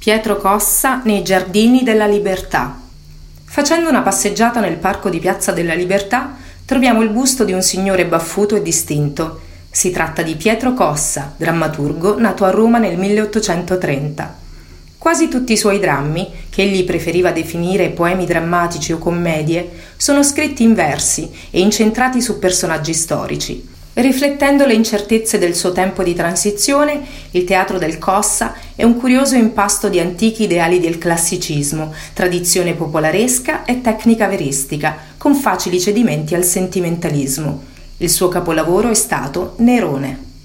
Pietro Cossa nei Giardini della Libertà. Facendo una passeggiata nel parco di Piazza della Libertà, troviamo il busto di un signore baffuto e distinto. Si tratta di Pietro Cossa, drammaturgo nato a Roma nel 1830. Quasi tutti i suoi drammi, che egli preferiva definire poemi drammatici o commedie, sono scritti in versi e incentrati su personaggi storici. Riflettendo le incertezze del suo tempo di transizione, il teatro del Cossa è un curioso impasto di antichi ideali del classicismo, tradizione popolaresca e tecnica veristica, con facili cedimenti al sentimentalismo. Il suo capolavoro è stato Nerone.